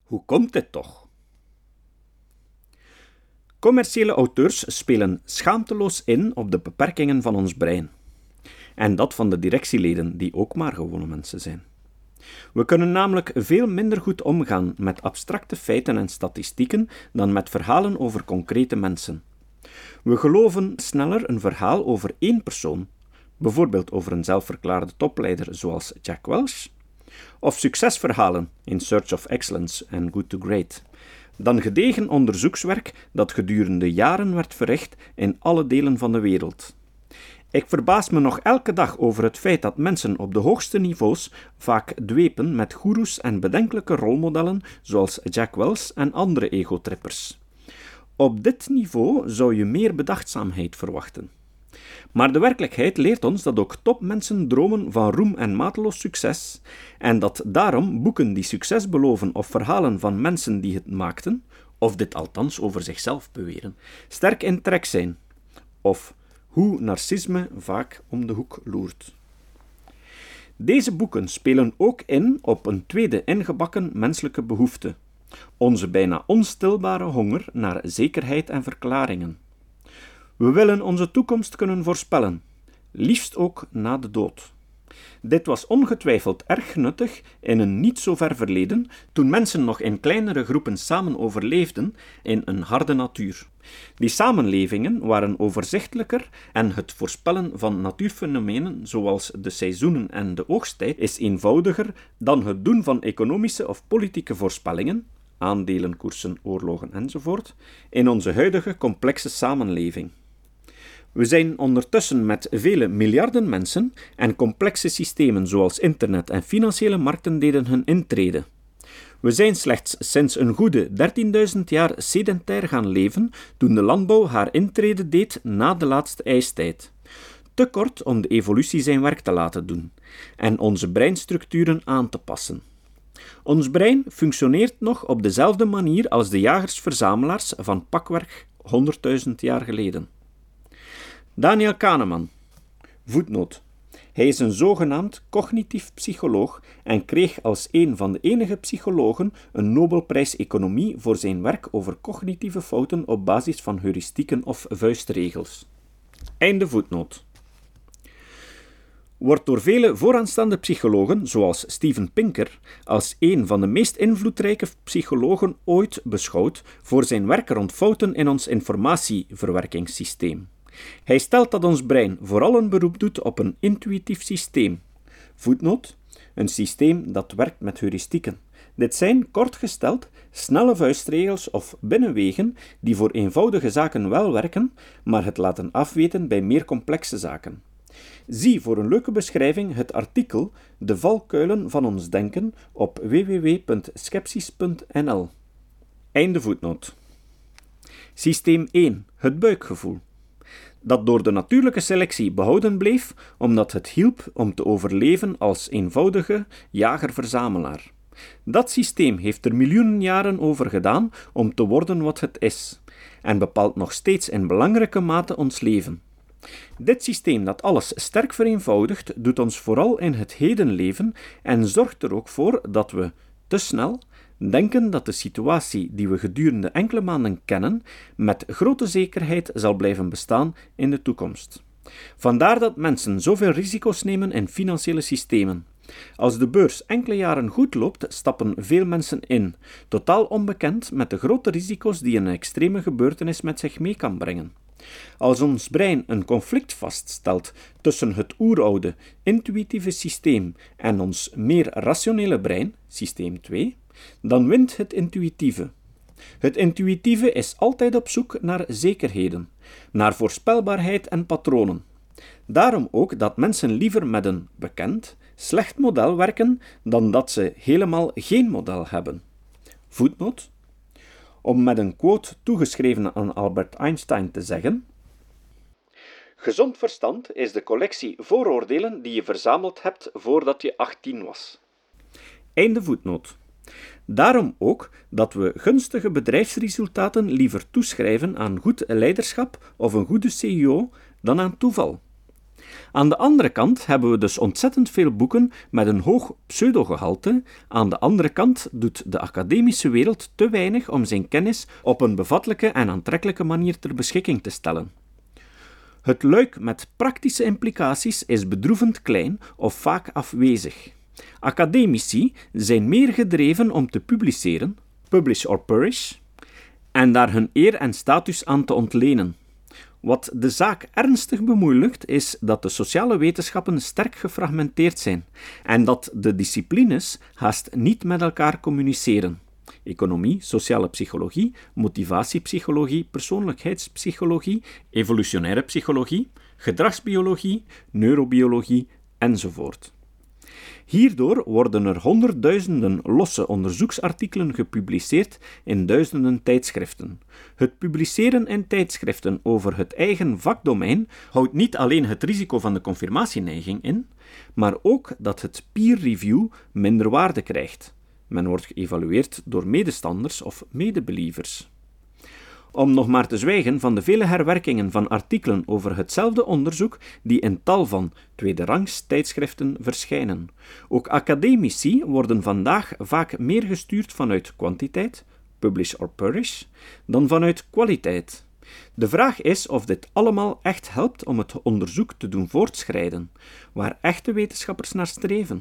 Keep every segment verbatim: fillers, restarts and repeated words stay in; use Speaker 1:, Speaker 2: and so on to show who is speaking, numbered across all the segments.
Speaker 1: Hoe komt dit toch? Commerciële auteurs spelen schaamteloos in op de beperkingen van ons brein. En dat van de directieleden, die ook maar gewone mensen zijn. We kunnen namelijk veel minder goed omgaan met abstracte feiten en statistieken dan met verhalen over concrete mensen. We geloven sneller een verhaal over één persoon, bijvoorbeeld over een zelfverklaarde topleider zoals Jack Welch, of succesverhalen in Search of Excellence en Good to Great, dan gedegen onderzoekswerk dat gedurende jaren werd verricht in alle delen van de wereld. Ik verbaas me nog elke dag over het feit dat mensen op de hoogste niveaus vaak dwepen met goeroes en bedenkelijke rolmodellen zoals Jack Welch en andere egotrippers. Op dit niveau zou je meer bedachtzaamheid verwachten. Maar de werkelijkheid leert ons dat ook topmensen dromen van roem en mateloos succes, en dat daarom boeken die succes beloven of verhalen van mensen die het maakten, of dit althans over zichzelf beweren, sterk in trek zijn, of hoe narcisme vaak om de hoek loert. Deze boeken spelen ook in op een tweede ingebakken menselijke behoefte, onze bijna onstilbare honger naar zekerheid en verklaringen. We willen onze toekomst kunnen voorspellen, liefst ook na de dood. Dit was ongetwijfeld erg nuttig in een niet zo ver verleden, toen mensen nog in kleinere groepen samen overleefden in een harde natuur. Die samenlevingen waren overzichtelijker en het voorspellen van natuurfenomenen zoals de seizoenen en de oogsttijd is eenvoudiger dan het doen van economische of politieke voorspellingen, aandelenkoersen, oorlogen enzovoort, in onze huidige complexe samenleving. We zijn ondertussen met vele miljarden mensen en complexe systemen zoals internet en financiële markten deden hun intrede. We zijn slechts sinds een goede dertienduizend jaar sedentair gaan leven toen de landbouw haar intrede deed na de laatste ijstijd. Te kort om de evolutie zijn werk te laten doen en onze breinstructuren aan te passen. Ons brein functioneert nog op dezelfde manier als de jagers-verzamelaars van pakweg honderdduizend jaar geleden. Daniel Kahneman, voetnoot. Hij is een zogenaamd cognitief psycholoog en kreeg als een van de enige psychologen een Nobelprijs Economie voor zijn werk over cognitieve fouten op basis van heuristieken of vuistregels. Einde voetnoot. Wordt door vele vooraanstaande psychologen, zoals Steven Pinker, als een van de meest invloedrijke psychologen ooit beschouwd voor zijn werk rond fouten in ons informatieverwerkingssysteem. Hij stelt dat ons brein vooral een beroep doet op een intuïtief systeem. Voetnoot, een systeem dat werkt met heuristieken. Dit zijn, kort gesteld, snelle vuistregels of binnenwegen die voor eenvoudige zaken wel werken, maar het laten afweten bij meer complexe zaken. Zie voor een leuke beschrijving het artikel De valkuilen van ons denken op w w w punt skepsis punt n l. Einde voetnoot. Systeem één. Het buikgevoel. Dat door de natuurlijke selectie behouden bleef, omdat het hielp om te overleven als eenvoudige jager-verzamelaar. Dat systeem heeft er miljoenen jaren over gedaan om te worden wat het is, en bepaalt nog steeds in belangrijke mate ons leven. Dit systeem dat alles sterk vereenvoudigt, doet ons vooral in het heden leven en zorgt er ook voor dat we, te snel, denken dat de situatie die we gedurende enkele maanden kennen, met grote zekerheid zal blijven bestaan in de toekomst. Vandaar dat mensen zoveel risico's nemen in financiële systemen. Als de beurs enkele jaren goed loopt, stappen veel mensen in, totaal onbekend met de grote risico's die een extreme gebeurtenis met zich mee kan brengen. Als ons brein een conflict vaststelt tussen het oeroude, intuïtieve systeem en ons meer rationele brein, systeem twee, dan wint het intuïtieve. Het intuïtieve is altijd op zoek naar zekerheden, naar voorspelbaarheid en patronen. Daarom ook dat mensen liever met een bekend, slecht model werken dan dat ze helemaal geen model hebben. Voetnoot. Om met een quote toegeschreven aan Albert Einstein te zeggen: gezond verstand is de collectie vooroordelen die je verzameld hebt voordat je achttien was. Einde voetnoot. Daarom ook dat we gunstige bedrijfsresultaten liever toeschrijven aan goed leiderschap of een goede C E O dan aan toeval. Aan de andere kant hebben we dus ontzettend veel boeken met een hoog pseudogehalte. Aan de andere kant doet de academische wereld te weinig om zijn kennis op een bevattelijke en aantrekkelijke manier ter beschikking te stellen. Het luik met praktische implicaties is bedroevend klein of vaak afwezig. Academici zijn meer gedreven om te publiceren, publish or perish, en daar hun eer en status aan te ontlenen. Wat de zaak ernstig bemoeilijkt, is dat de sociale wetenschappen sterk gefragmenteerd zijn en dat de disciplines haast niet met elkaar communiceren. Economie, sociale psychologie, motivatiepsychologie, persoonlijkheidspsychologie, evolutionaire psychologie, gedragsbiologie, neurobiologie enzovoort. Hierdoor worden er honderdduizenden losse onderzoeksartikelen gepubliceerd in duizenden tijdschriften. Het publiceren in tijdschriften over het eigen vakdomein houdt niet alleen het risico van de confirmatieneiging in, maar ook dat het peer review minder waarde krijgt. Men wordt geëvalueerd door medestanders of medebelievers. Om nog maar te zwijgen van de vele herwerkingen van artikelen over hetzelfde onderzoek die in tal van tweederangs tijdschriften verschijnen. Ook academici worden vandaag vaak meer gestuurd vanuit kwantiteit, publish or perish, dan vanuit kwaliteit. De vraag is of dit allemaal echt helpt om het onderzoek te doen voortschrijden, waar echte wetenschappers naar streven.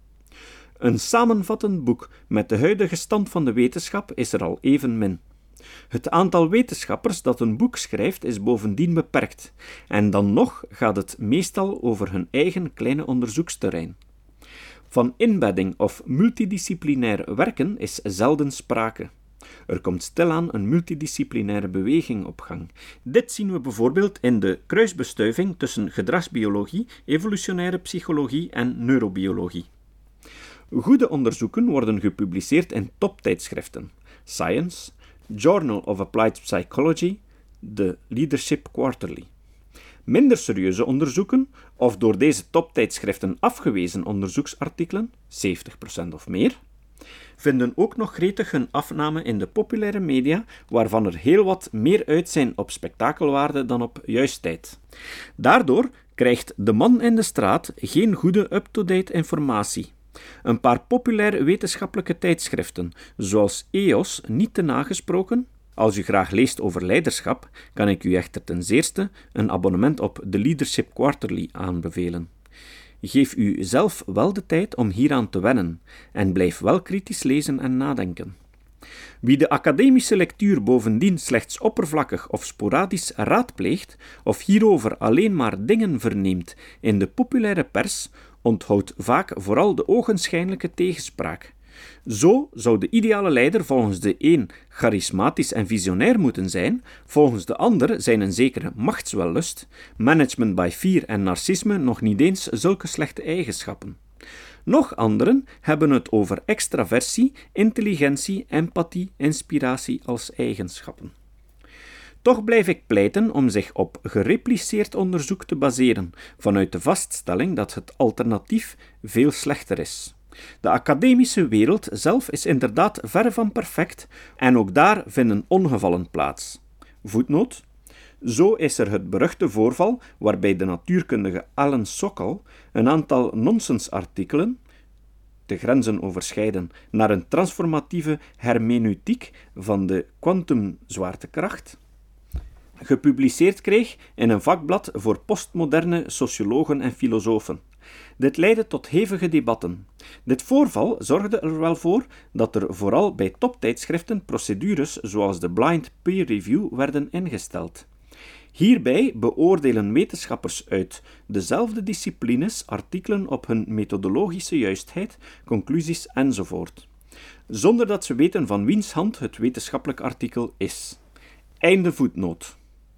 Speaker 1: Een samenvattend boek met de huidige stand van de wetenschap is er al evenmin. Het aantal wetenschappers dat een boek schrijft is bovendien beperkt, en dan nog gaat het meestal over hun eigen kleine onderzoeksterrein. Van inbedding of multidisciplinair werken is zelden sprake. Er komt stilaan een multidisciplinaire beweging op gang. Dit zien we bijvoorbeeld in de kruisbestuiving tussen gedragsbiologie, evolutionaire psychologie en neurobiologie. Goede onderzoeken worden gepubliceerd in toptijdschriften: Science, Journal of Applied Psychology, de Leadership Quarterly. Minder serieuze onderzoeken, of door deze toptijdschriften afgewezen onderzoeksartikelen, zeventig procent of meer, vinden ook nog gretig hun afname in de populaire media, waarvan er heel wat meer uit zijn op spektakelwaarde dan op juistheid. Daardoor krijgt de man in de straat geen goede up-to-date informatie. Een paar populaire wetenschappelijke tijdschriften, zoals E O S, niet te nagesproken. Als u graag leest over leiderschap, kan ik u echter ten zeerste een abonnement op de Leadership Quarterly aanbevelen. Geef u zelf wel de tijd om hieraan te wennen en blijf wel kritisch lezen en nadenken. Wie de academische lectuur bovendien slechts oppervlakkig of sporadisch raadpleegt, of hierover alleen maar dingen verneemt in de populaire pers, onthoudt vaak vooral de ogenschijnlijke tegenspraak. Zo zou de ideale leider volgens de een charismatisch en visionair moeten zijn, volgens de ander zijn een zekere machtswellust, management by fear en narcisme nog niet eens zulke slechte eigenschappen. Nog anderen hebben het over extraversie, intelligentie, empathie, inspiratie als eigenschappen. Toch blijf ik pleiten om zich op gerepliceerd onderzoek te baseren, vanuit de vaststelling dat het alternatief veel slechter is. De academische wereld zelf is inderdaad verre van perfect en ook daar vinden ongevallen plaats. Voetnoot. Zo is er het beruchte voorval waarbij de natuurkundige Alan Sokal een aantal nonsensartikelen, de grenzen overschrijden, naar een transformatieve hermeneutiek van de kwantumzwaartekracht, gepubliceerd kreeg in een vakblad voor postmoderne sociologen en filosofen. Dit leidde tot hevige debatten. Dit voorval zorgde er wel voor dat er vooral bij toptijdschriften procedures zoals de blind peer review werden ingesteld. Hierbij beoordelen wetenschappers uit dezelfde disciplines artikelen op hun methodologische juistheid, conclusies enzovoort, zonder dat ze weten van wiens hand het wetenschappelijk artikel is. Einde voetnoot.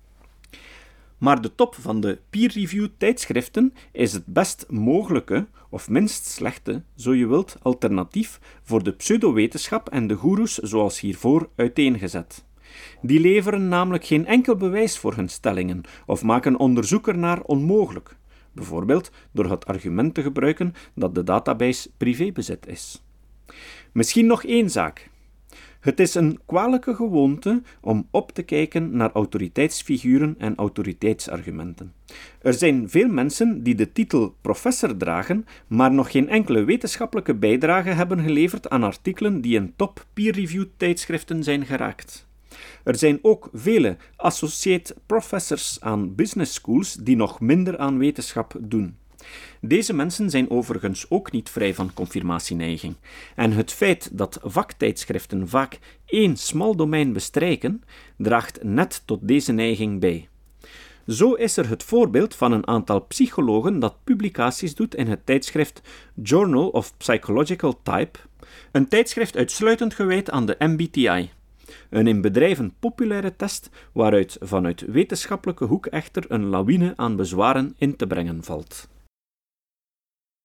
Speaker 1: Maar de top van de peer-review tijdschriften is het best mogelijke, of minst slechte, zo je wilt, alternatief voor de pseudowetenschap en de goeroes zoals hiervoor uiteengezet. Die leveren namelijk geen enkel bewijs voor hun stellingen of maken onderzoek ernaar onmogelijk, bijvoorbeeld door het argument te gebruiken dat de database privébezit is. Misschien nog één zaak. Het is een kwalijke gewoonte om op te kijken naar autoriteitsfiguren en autoriteitsargumenten. Er zijn veel mensen die de titel professor dragen, maar nog geen enkele wetenschappelijke bijdrage hebben geleverd aan artikelen die in top peer-reviewed tijdschriften zijn geraakt. Er zijn ook vele associate professors aan business schools die nog minder aan wetenschap doen. Deze mensen zijn overigens ook niet vrij van confirmatieneiging. En het feit dat vaktijdschriften vaak één smal domein bestrijken, draagt net tot deze neiging bij. Zo is er het voorbeeld van een aantal psychologen dat publicaties doet in het tijdschrift Journal of Psychological Type, een tijdschrift uitsluitend gewijd aan de M B T I. Een in bedrijven populaire test waaruit vanuit wetenschappelijke hoek echter een lawine aan bezwaren in te brengen valt.